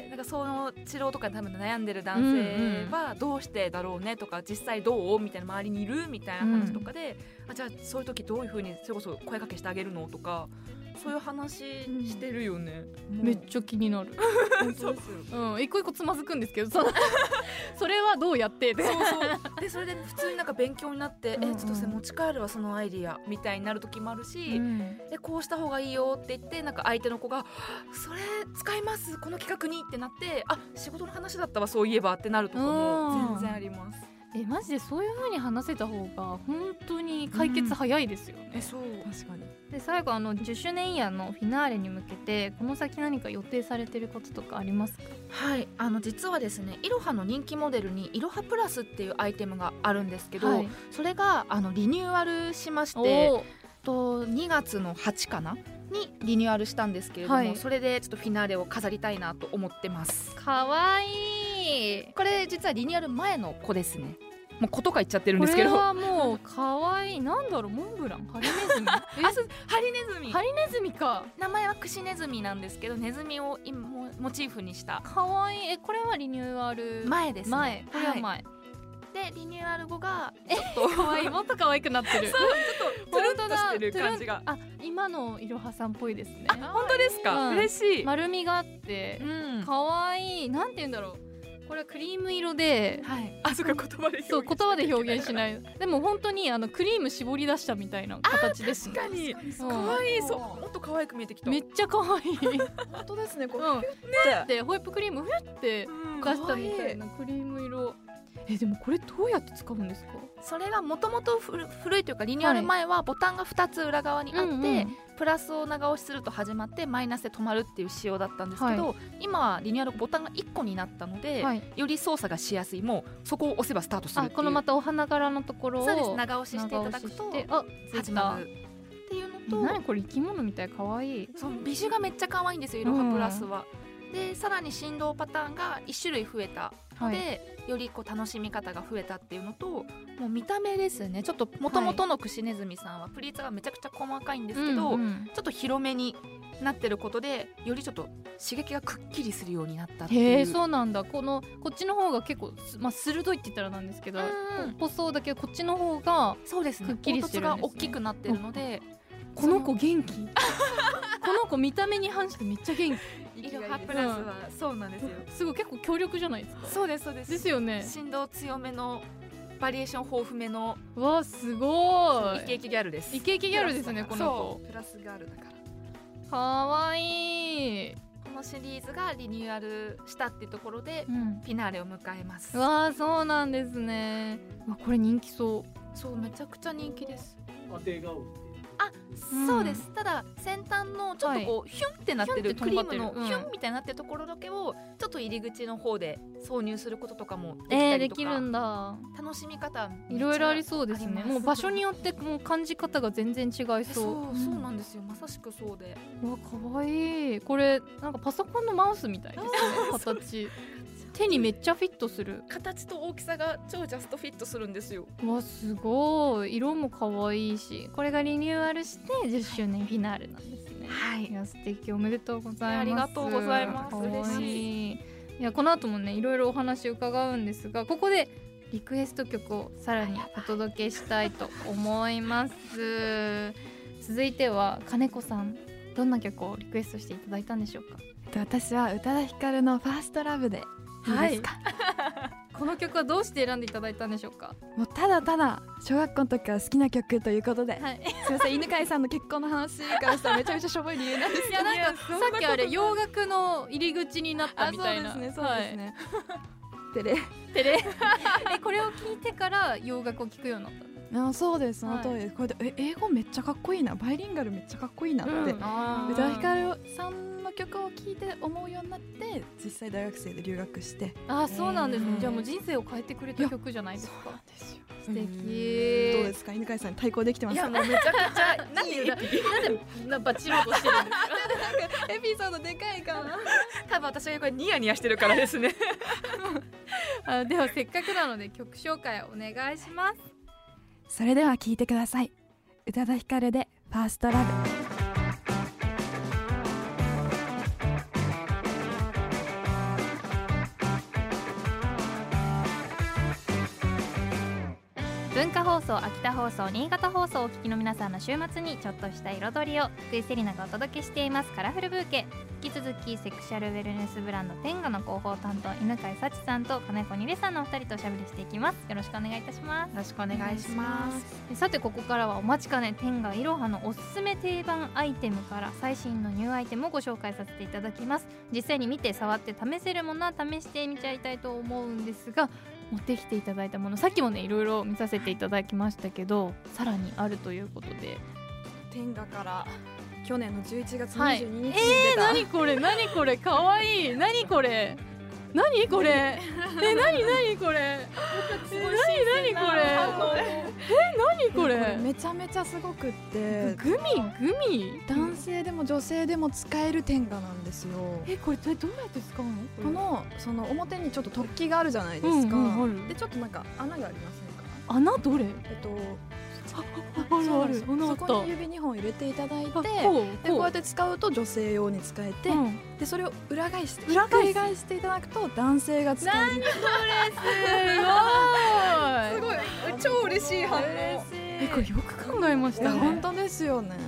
なんかその治療とかで多分悩んでる男性はどうしてだろうねとか、実際どうみたいな周りにいるみたいな話とかで、うん、あじゃあそういう時どういう風にそれこそ声かけしてあげるのとか。そういう話してるよね、 うん、めっちゃ気になる。そうですよ、うん、一個一個つまずくんですけど そ, それはどうやってそうそうでそれで普通になんか勉強になって、うんうん、えちょっとそれ持ち帰るわそのアイディアみたいになる時もあるし、うん、でこうした方がいいよって言ってなんか相手の子がそれ使いますこの企画にってなって、あ仕事の話だったわそういえばってなるとかも全然あります。 えマジでそういう風に話せた方が本当に解決早いですよね、 うん、えそう確かに。 で最後あのじゅっしゅうねんイヤーのフィナーレに向けてこの先何か予定されてることとかありますか？ はいあの実はですねイロハの人気モデルにイロハプラスっていうアイテムがあるんですけど、はい、それがあのリニューアルしましてとにがつのはちかなにリニューアルしたんですけれども、はい、それでちょっとフィナーレを飾りたいなと思ってます。 かわいい。 これ実はリニューアル前の子ですね。もう子とか言っちゃってるんですけど、 これはもうかわいい。なんだろうモンブランハリネズミあそうハリネズミハリネズミか。 名前はクシネズミなんですけどネズミをモチーフにしたかわいい。えこれはリニューアル前ですね。 前これは前、はい、 でリニューアル後がちょっとかわいいもっと可愛くなってるそうちょっとトゥルンとしてる感じがあ今のいろはさんっぽいですね。 あ本当ですか、うん、嬉しい。 丸みがあってかわいい。なんて言うんだろうこれはクリーム色で、 はい、あそうか言葉で表現そう言葉で表現しないでも本当にあのクリーム絞り出したみたいな形ですね。確かに可愛い。そうもっと可愛く見えてきた。 めっちゃ可愛い本当ですね。これ、 うん、ねでホイップクリームふって出したみたいなクリーム色。えでもこれどうやって使うんですか？ それがもともと古いというかリニューアル前はボタンがふたつ裏側にあって、はいうんうん、プラスを長押しすると始まってマイナスで止まるっていう仕様だったんですけど、はい、今はリニューアルボタンがいっこになったので、はい、より操作がしやすい。もうそこを押せばスタートするっていう。 あこのまたお花柄のところをそうです長押ししていただくと始まるっていうのと、 何これ生き物みたい可愛い。 そうビジュがめっちゃ可愛いんですよいろはプラスは、うん、でさらに振動パターンがいち種類増えたので、はい、よりこう楽しみ方が増えたっていうのと、もう見た目ですね。ちょっと元々のクシネズミさんはプリーツがめちゃくちゃ細かいんですけど、うんうん、ちょっと広めになってることでよりちょっと刺激がくっきりするようになったっていう。 へーそうなんだ。このこっちの方が結構、まあ、鋭いって言ったらなんですけど、うん、細だけどこっちの方がそうですねくっきりしてるんですね。 凹凸が大きくなってるので、 この子元気この子見た目に反してめっちゃ元気イロハプラスはそうなんですよ。 すごい結構強力じゃないですか。 そうですそうですですよね。 振動強めのバリエーション豊富めのわすごいイケイケギャルです。 イケイケギャルですねこの子。 プラスガールだからかわいい。 このシリーズがリニューアルしたっていうところで、うん、フィナーレを迎えます。 わそうなんですね。わこれ人気そう。 そうめちゃくちゃ人気です。 当てがうああ、そうです、うん、ただ先端のちょっとこう、はい、ヒュンってなってるクリームのヒュンみたいになってるところだけをちょっと入り口の方で挿入することとかもできたりとか、 えー、できるんだ。 楽しみ方いろいろありそうですね。もう場所によってもう感じ方が全然違いそう。 そう、そうなんですよ、まさしくそうで。 うわ、かわいい。これなんかパソコンのマウスみたいですね形手にめっちゃフィットする。 形と大きさが超ジャストフィットするんですよ。 わ、すごい。色も可愛いし、これがリニューアルしてじゅっしゅうねんフィナーレなんですね。 はい、 いや素敵、おめでとうございます。 ありがとうございます。 嬉しい。いや、この後もねいろいろお話伺うんですが、ここでリクエスト曲をさらにお届けしたいと思います。続いては金子さん、どんな曲をリクエストしていただいたんでしょうか。 私は宇多田ヒカルのファーストラブでいいですか。 はい、この曲はどうして選んでいただいたんでしょうか。 もうただただ小学校の時から好きな曲ということで、はい、すいません、犬飼さんの結婚の話からしたらめちゃめちゃしょぼい理由なんですけど、いや、 なんかさっきあれ洋楽の入り口になったみたいな。 そうですね、そうですね、はい、テレテレえ、これを聞いてから洋楽を聞くようになった。 あ、そうです、その通りです。これでえ英語めっちゃかっこいいな、バイリンガルめっちゃかっこいいなって、うん、宇多田ヒカルさんの曲を聴いて思うようになって、実際大学生で留学して。 あ、そうなんですね。じゃあもう人生を変えてくれた曲じゃないですか。 そうなんですよ。 素敵。どうですか、犬飼さん、対抗できてますか。 いや、もうめちゃくちゃなんでなんでなバチろうとしてるんですか。エピソードでかいかな。 多分私がこれニヤニヤしてるからですね。 あ、ではせっかくなので曲紹介お願いします。 それでは聴いてください。宇多田ヒカルでファーストラブ。 文化放送、秋田放送、新潟放送をお聞きの皆さんの週末にちょっとした彩りを福井セリナがお届けしていますカラフルブーケ。引き続きセクシャルウェルネスブランドテンガの広報担当犬飼幸さんと金子にれさんのお二人とおしゃべりしていきます。よろしくお願いいたします。 よろしくお願いします。 さて、ここからはお待ちかねテンガいろはのおすすめ定番アイテムから最新のニューアイテムをご紹介させていただきます。実際に見て触って試せるものは試してみちゃいたいと思うんですが、持ってきていただいたもの、さっきもねいろいろ見させていただきましたけど、さらにあるということで、 テンガから去年のじゅういちがつにじゅうににちに出た、 はい、えー、何これ何これかわいい。何これ何これえ、何何これえ、何何これえ、何これ、 これめちゃめちゃすごくって、 グミグミ男性でも女性でも使えるテンガなんですよ。 え、これどうやって使うの。 このその表にちょっと突起があるじゃないですか、うんうん、でちょっとなんか穴がありませんか。 穴どれ。 えっとあるある、 そこに指にほん入れていただいて、こうでこうやって使うと女性用に使えて、うん、でそれを裏返して裏返していただくと男性が使える。 何これ、すごいすごい超嬉しい反応。 え、これよく考えましたね。 本当ですよね。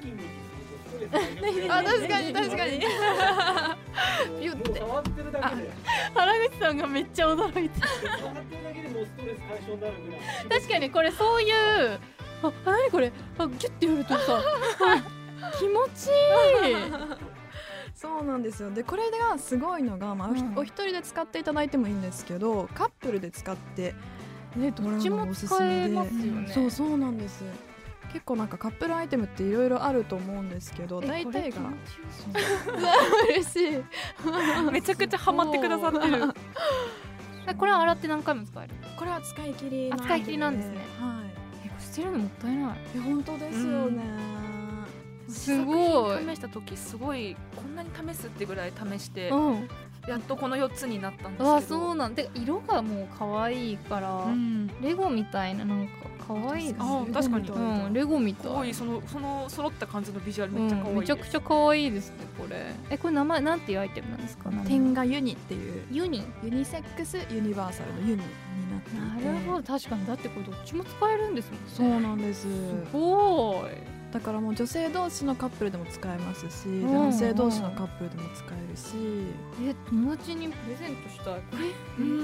あ、確かに確かに。 ビュッて触ってるだけで原口さんがめっちゃ驚いてる。 触ってるだけでもうストレス解消になるぐらい。 確かにこれそういう、あ、何これ、あ、ギュッてやるとさ気持ちいい。 そうなんですよ。でこれがすごいのが、まあうん、お一人で使っていただいてもいいんですけど、カップルで使ってね、どっちも使えますよね。 そうそうなんです。結構なんかカップルアイテムっていろいろあると思うんですけど、大体が嬉しいめちゃくちゃハマってくださってる。 これは洗って何回も使える。 これは使い切りなんで、使い切りなんですね。 はい。 え、これ捨てるのもったいない。 え、本当ですよね。 うん、すごい。 試した時すごいこんなに試すってぐらい試して、うん、やっとこのよっつになったんですけど。 あ、そうなんで、色がもう可愛いから、うん、レゴみたいな、なんか可愛いですね。 あ、確かに、 うん、レゴみたい。 可愛い、そのその揃った感じのビジュアルめっちゃ可愛い、うん、 めちゃくちゃ可愛いですねこれ。え、これ名前なんていうアイテムなんですか。 テンガユニっていう、 ユニユニセックスユニバーサルのユニになっていて。 なるほど、確かに。だってこれどっちも使えるんですもんね。 そうなんです。 すごい。 だからもう女性同士のカップルでも使えますし、うん、男性同士のカップルでも使えるし、 え、友達にプレゼントしたいこれ。うん、うん、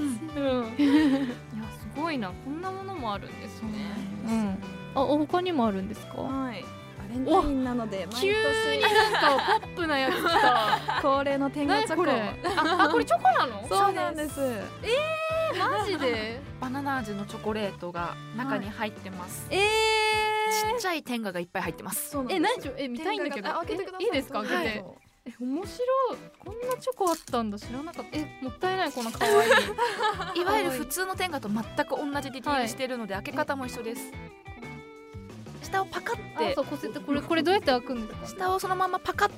いや、すごいな、こんなものもあるんですね。うん、あ、他にもあるんですか。 はい、バレンタインなので毎年急になんかポップなやつ来た。 恒例のテンガチョコ。 ああ、これチョコなの。 そうなんです。 えー、マジでバナナ味のチョコレートが中に入ってます。 はい、えちっちゃい天下がいっぱい入ってます。 え、何ちょえ見たいんだけど、 開けてください。 いいですか、開けて、はい、え、面白い。こんなチョコあったんだ、知らなかった。え、もったいない、この可愛いいわゆる普通の天下と全く同じディテールしてるので、はい、開け方も一緒です。下をパカって、 あ、そう、こすって、これこれどうやって開くんですか。 下をそのままパカって、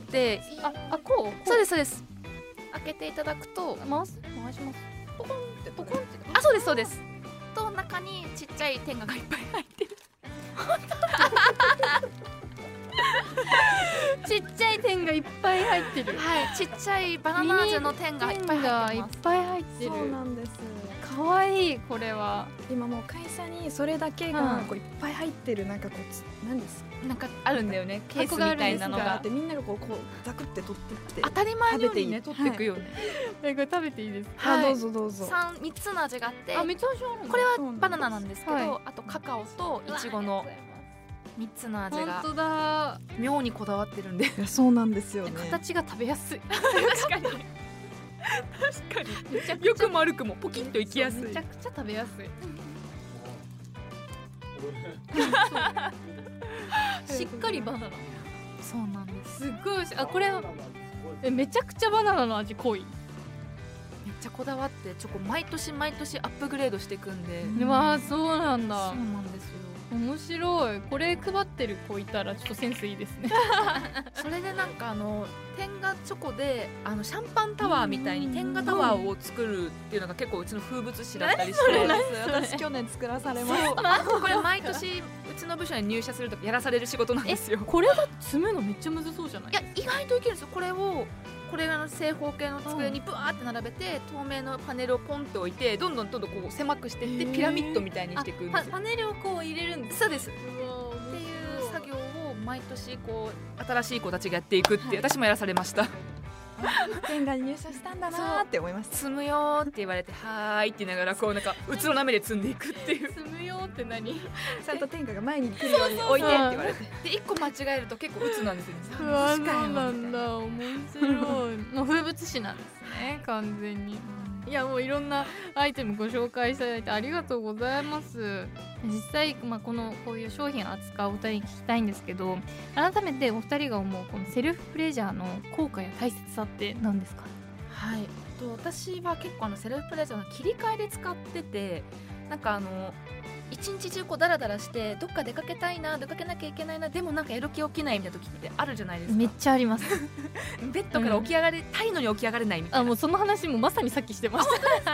ああ、こう、 そうですそうです。開けていただくと、 回す回します。ポコンってポコンって、 あ、そうですそうです。と中にちっちゃい天下がいっぱい入ってる。 ちっちゃい天がいっぱい入ってる。 はい、ちっちゃいバナナ味の天がいっぱい入ってます。 いっぱい入ってる。 そうなんです。 可愛い。これは今もう会社にそれだけがこういっぱい入ってる、なんかこう何ですか、 なんかあるんだよね、ケースみたいなのがあって、 みんながこうこうザクって取ってって当たり前のようにね取っていくよね。 え、これ食べていいですか。 はい、どうぞどうぞ。 三三つの味があって、 あ、めっちゃ味ある。 これはバナナなんですけど、 はい、 あとカカオとイチゴのみっつの味が本当だ、 妙にこだわってるんで。 いや、そうなんですよね。 形が食べやすい。 確かに確かにめちゃくちゃよく丸くもポキッといきやすい。 めちゃくちゃ食べやすい。しっかりバナナ。 そうなんです。 すっごい。あ、これえ、めちゃくちゃバナナの味濃い。 めっちゃこだわってチョコ毎年毎年アップグレードしていくんで。 うわー、そうなんだ。 そうなんですよ。 面白い。これ配ってる子いたらちょっとセンスいいですね。 それでなんかあの天下チョコであのシャンパンタワーみたいに天下タワーを作るっていうのが結構うちの風物詩だったりして、 私去年作らされました。 これ毎年うちの部署に入社するとやらされる仕事なんですよ。 これが詰めのめっちゃむずそうじゃない。 いや、意外といけるんですよ。これをこれの正方形の机にブワーって並べて、透明のパネルをポンって置いて、どんどんどんどんこう狭くしていってピラミッドみたいにしていくんですよ。 パネルをこう入れるんです。 そうです。っていう作業を毎年こう新しい子たちがやっていくって、私もやらされました。 天下に入社したんだなーって思いました。 積むよーって言われて、はーいって言いながらこうなんかうつろな目で積んでいくっていう。 積むよーって何？ ちゃんと天下が前に来るように置いてって言われて、 で一個間違えると結構うつなんですよね。 うわ、そうなんだ。面白い。もう風物詩なんですね、完全に。いや、もういろんなアイテムご紹介いただいてありがとうございます。実際、まあ、このこういう商品を扱うお二人に聞きたいんですけど、改めてお二人が思うこのセルフプレジャーの効果や大切さって何ですか？ はい、と私は結構あのセルフプレジャーの切り替えで使ってて、なんかあの一日中こうダラダラしてどっか出かけたいな、出かけなきゃいけないな、でもなんかやる気起きないみたいな時ってあるじゃないですか。 めっちゃあります。 ベッドから起き上がりたいのに起き上がれないみたいな。 あ、もうその話もまさにさっきしてました。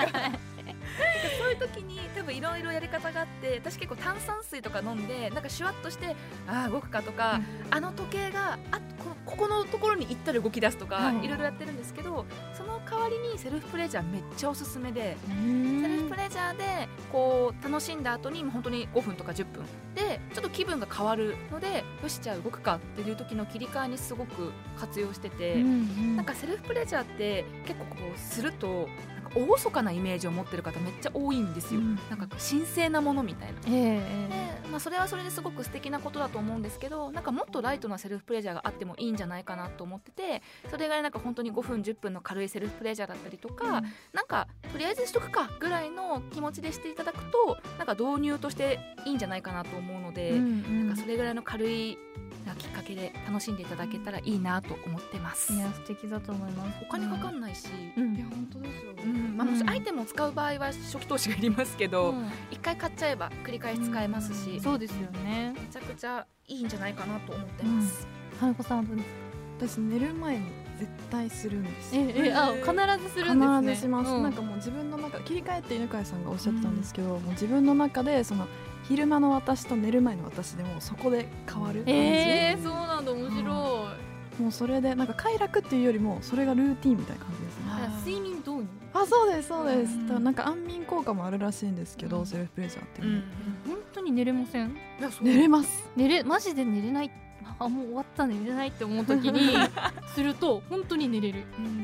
そういう時に多分いろいろやり方があって、私結構炭酸水とか飲んでなんかシュワッとしてああ動くかとか、うん、あの時計があこここのところに行ったら動き出すとか、はい、いろいろやってるんですけど、その代わりにセルフプレジャーめっちゃおすすめで、セルフプレジャーでこう楽しんだ後に本当にごふんとかじゅっぷんでちょっと気分が変わるので、よしじゃあ動くかっていう時の切り替えにすごく活用してて、うんうん、なんかセルフプレジャーって結構こうすると厳かなイメージを持ってる方めっちゃ多いんですよ、うん、なんか神聖なものみたいな、えーでまあ、それはそれですごく素敵なことだと思うんですけど、なんかもっとライトなセルフプレジャーがあってもいいんじゃないかなと思ってて、それがなんか本当にごふんじゅっぷんの軽いセルフプレジャーだったりとか、うん、なんかとりあえずしとくかぐらいの気持ちでしていただくと、なんか導入としていいんじゃないかなと思うので、うんうん、なんかそれぐらいの軽いきっかけで楽しんでいただけたらいいなと思ってます。 いや素敵だと思います。 お金かかんないし、 うん、いや本当ですよ、 うんまあ、もしアイテムを使う場合は初期投資がいりますけど、うん、いっかい買っちゃえば繰り返し使えますし、 うん、そうですよね。 めちゃくちゃいいんじゃないかなと思ってます。 はるこさんはどうですか？ 私寝る前に絶対するんです。 ええあ必ずするんですね。 必ずします、うん、なんかもう自分の中切り替えって犬飼さんがおっしゃってたんですけど、うん、もう自分の中でその昼間の私と寝る前の私でもそこで変わる感じ。 えー、そうなんだ、面白い、うん、 もうそれでなんか快楽っていうよりもそれがルーティンみたいな感じですね。 睡眠導入。 あ、そうですそうです。うん、なんか安眠効果もあるらしいんですけど、うん、セルフプレジャーっていうの、うん、 本当に寝れません？ いや寝れます。 寝れマジで寝れない。あ、もう終わった寝れないって思う時にすると本当に寝れる、うんうん、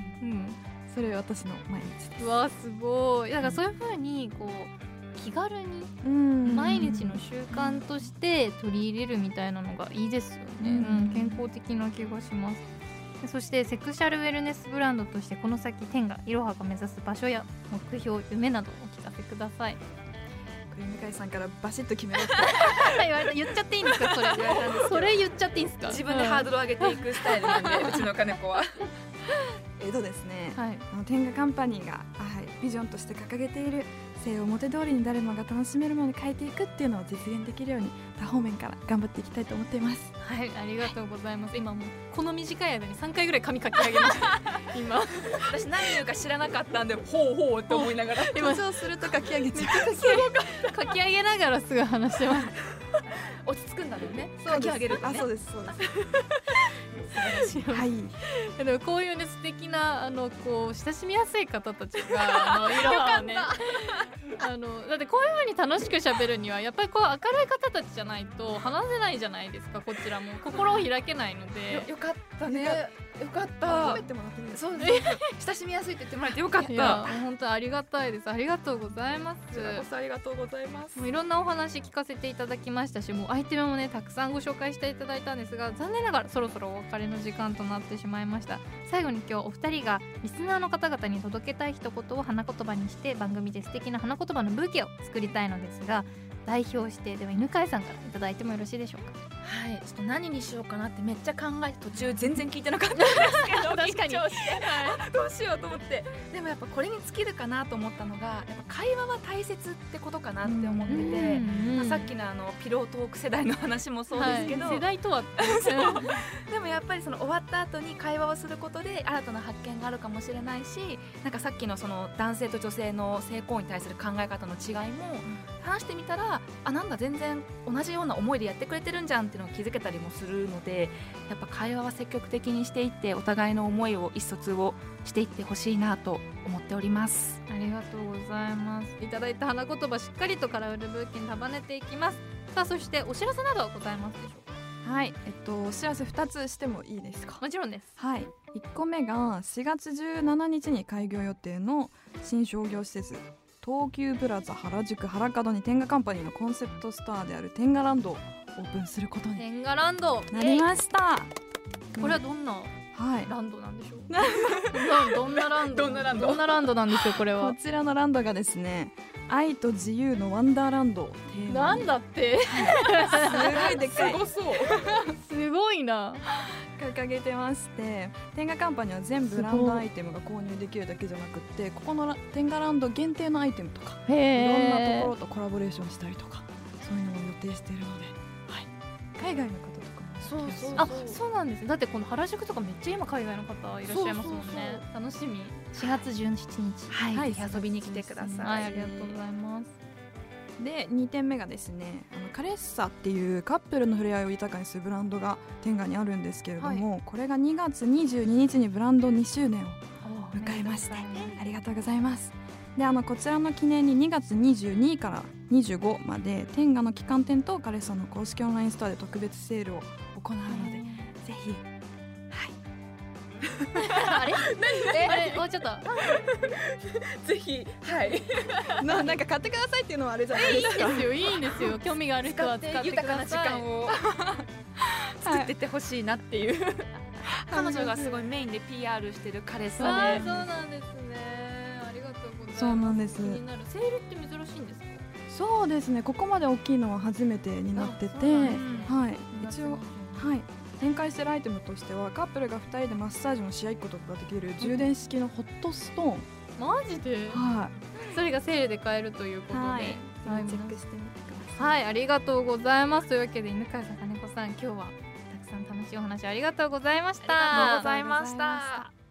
それ私の毎日です。 うわすごい。だからそういう風にこう気軽に毎日の習慣として取り入れるみたいなのがいいですよね、うんうん、健康的な気がします。そしてセクシャルウェルネスブランドとしてこの先天がいろはが目指す場所や目標、夢などお聞かせください。 れ向井さんからバシッと決めろって言われた。言っちゃっていいんですかそれ。 言われたんですけどそれ言っちゃっていいんですか。 自分でハードルを上げていくスタイルなんで、うちの金子はえっとですね、 はい。 あの天下カンパニーが、はい、ビジョンとして掲げている性を表通りに誰もが楽しめるものに変えていくっていうのを実現できるように多方面から頑張っていきたいと思っています。 はい、ありがとうございます。今もうこの短い間にさんかいぐらい髪かき上げました今私何言うか知らなかったんでほうほうって思いながら緊張すると書き上げちゃうかき上げながらすぐ話してます落ち着くんだろうね。 そうです書き上げるとね。 あ、そうですそうですはいでもこういうね素敵なあのこう親しみやすい方たちがあのいろはをねあのだってこういう風に楽しく喋るにはやっぱりこう明るい方たちじゃないと話せないじゃないですか。こちらも心を開けないのでよ, よかったね。よかった。 褒めてもらっていいですか。 そうです親しみやすいって言ってもらえてよかった。 いや本当ありがたいです。ありがとうございます。 こちらこそありがとうございます。 もういろんなお話聞かせていただきましたし、もうアイテムもねたくさんご紹介していただいたんですが、残念ながらそろそろお別れの時間となってしまいました。最後に今日お二人がリスナーの方々に届けたい一言を花言葉にして番組で素敵な花言葉のブーケを作りたいのですが、代表してでは犬飼さんからいただいてもよろしいでしょうか。 はい、ちょっと何にしようかなってめっちゃ考えて途中全然聞いてなかったんですけど確かに緊張して、はい、どうしようと思って、でもやっぱこれに尽きるかなと思ったのが、やっぱ会話は大切ってことかなって思ってて、まあ、さっきのあのピロートーク世代の話もそうですけど、 はい、世代とはでもやっぱりその終わった後に会話をすることで新たな発見があるかもしれないし、なんかさっきのその男性と女性の性行為に対する考え方の違いも話してみたら、あ、なんだ全然同じような思いでやってくれてるんじゃんっていうのを気づけたりもするので、やっぱ会話は積極的にしていってお互いの思いを意思疎通をしていってほしいなと思っております。 ありがとうございます。いただいた花言葉しっかりとカラフルブーケに束ねていきます。さあそしてお知らせなどはございますでしょうか。 はい、えっとお知らせふたつしてもいいですか。 もちろんです。 はい、いっこめがしがつじゅうしちにちに開業予定の新商業施設東急プラザ原宿原角に天下カンパニーのコンセプトストアである天下ランドをオープンすることに天下ランドなりました。 これはどんなはい、 ランドなんでしょうどんなランドどんなランドどんなランドなんでしょうこれは。 こちらのランドがですね、愛と自由のワンダーランドをテーマに、 なんだってすごいでかいすごそうすごいな。 掲げてまして、天下カンパニーは全部ランドアイテムが購入できるだけじゃなくって、ここのラ天下ランド限定のアイテムとかいろんなところとコラボレーションしたりとか、そういうのも予定しているので、はい、海外の方とかもそうそうあ、そうなんです。だってこの原宿とかめっちゃ今海外の方いらっしゃいますもんね。 そうそうそう楽しみ。しがつじゅうしちにち。 はい、 はいぜひ遊びに来てください。 はい、ありがとうございます。 でにてんめがですね、あのカレッサっていうカップルの触れ合いを豊かにするブランドが天下にあるんですけれども、これがにがつにじゅうににちにブランドにしゅうねんを迎えまして、ありがとうございます。であのこちらの記念ににがつにじゅうにからにじゅうごまで天下の旗艦店とカレッサの公式オンラインストアで特別セールを行うので、ぜひあれえあれ終わっちゃったぜひ、はいな, なんか買ってくださいっていうのはあれじゃないいいですか。 んですよいいんですよ興味がある人は使ってく豊かな時ださい。 間を作ってってほしいなっていう、彼女がすごいメインで ピーアール してるカレッサで、 あーそうなんですね。ありがとうございます。 そうなんです気になる。セールって珍しいんですか。 そうですね、ここまで大きいのは初めてになってて、 あそうなんですはい、一応はい展開してるアイテムとしてはカップルがふたりでマッサージのし合いっことかができる充電式のホットストーン、 マジではそれがセールで買えるということで、 はいはいチェックしてみてください。 はい、ありがとうございます。というわけで犬飼さん金子さん今日はたくさん楽しいお話ありがとうございました。 ありがとうございました。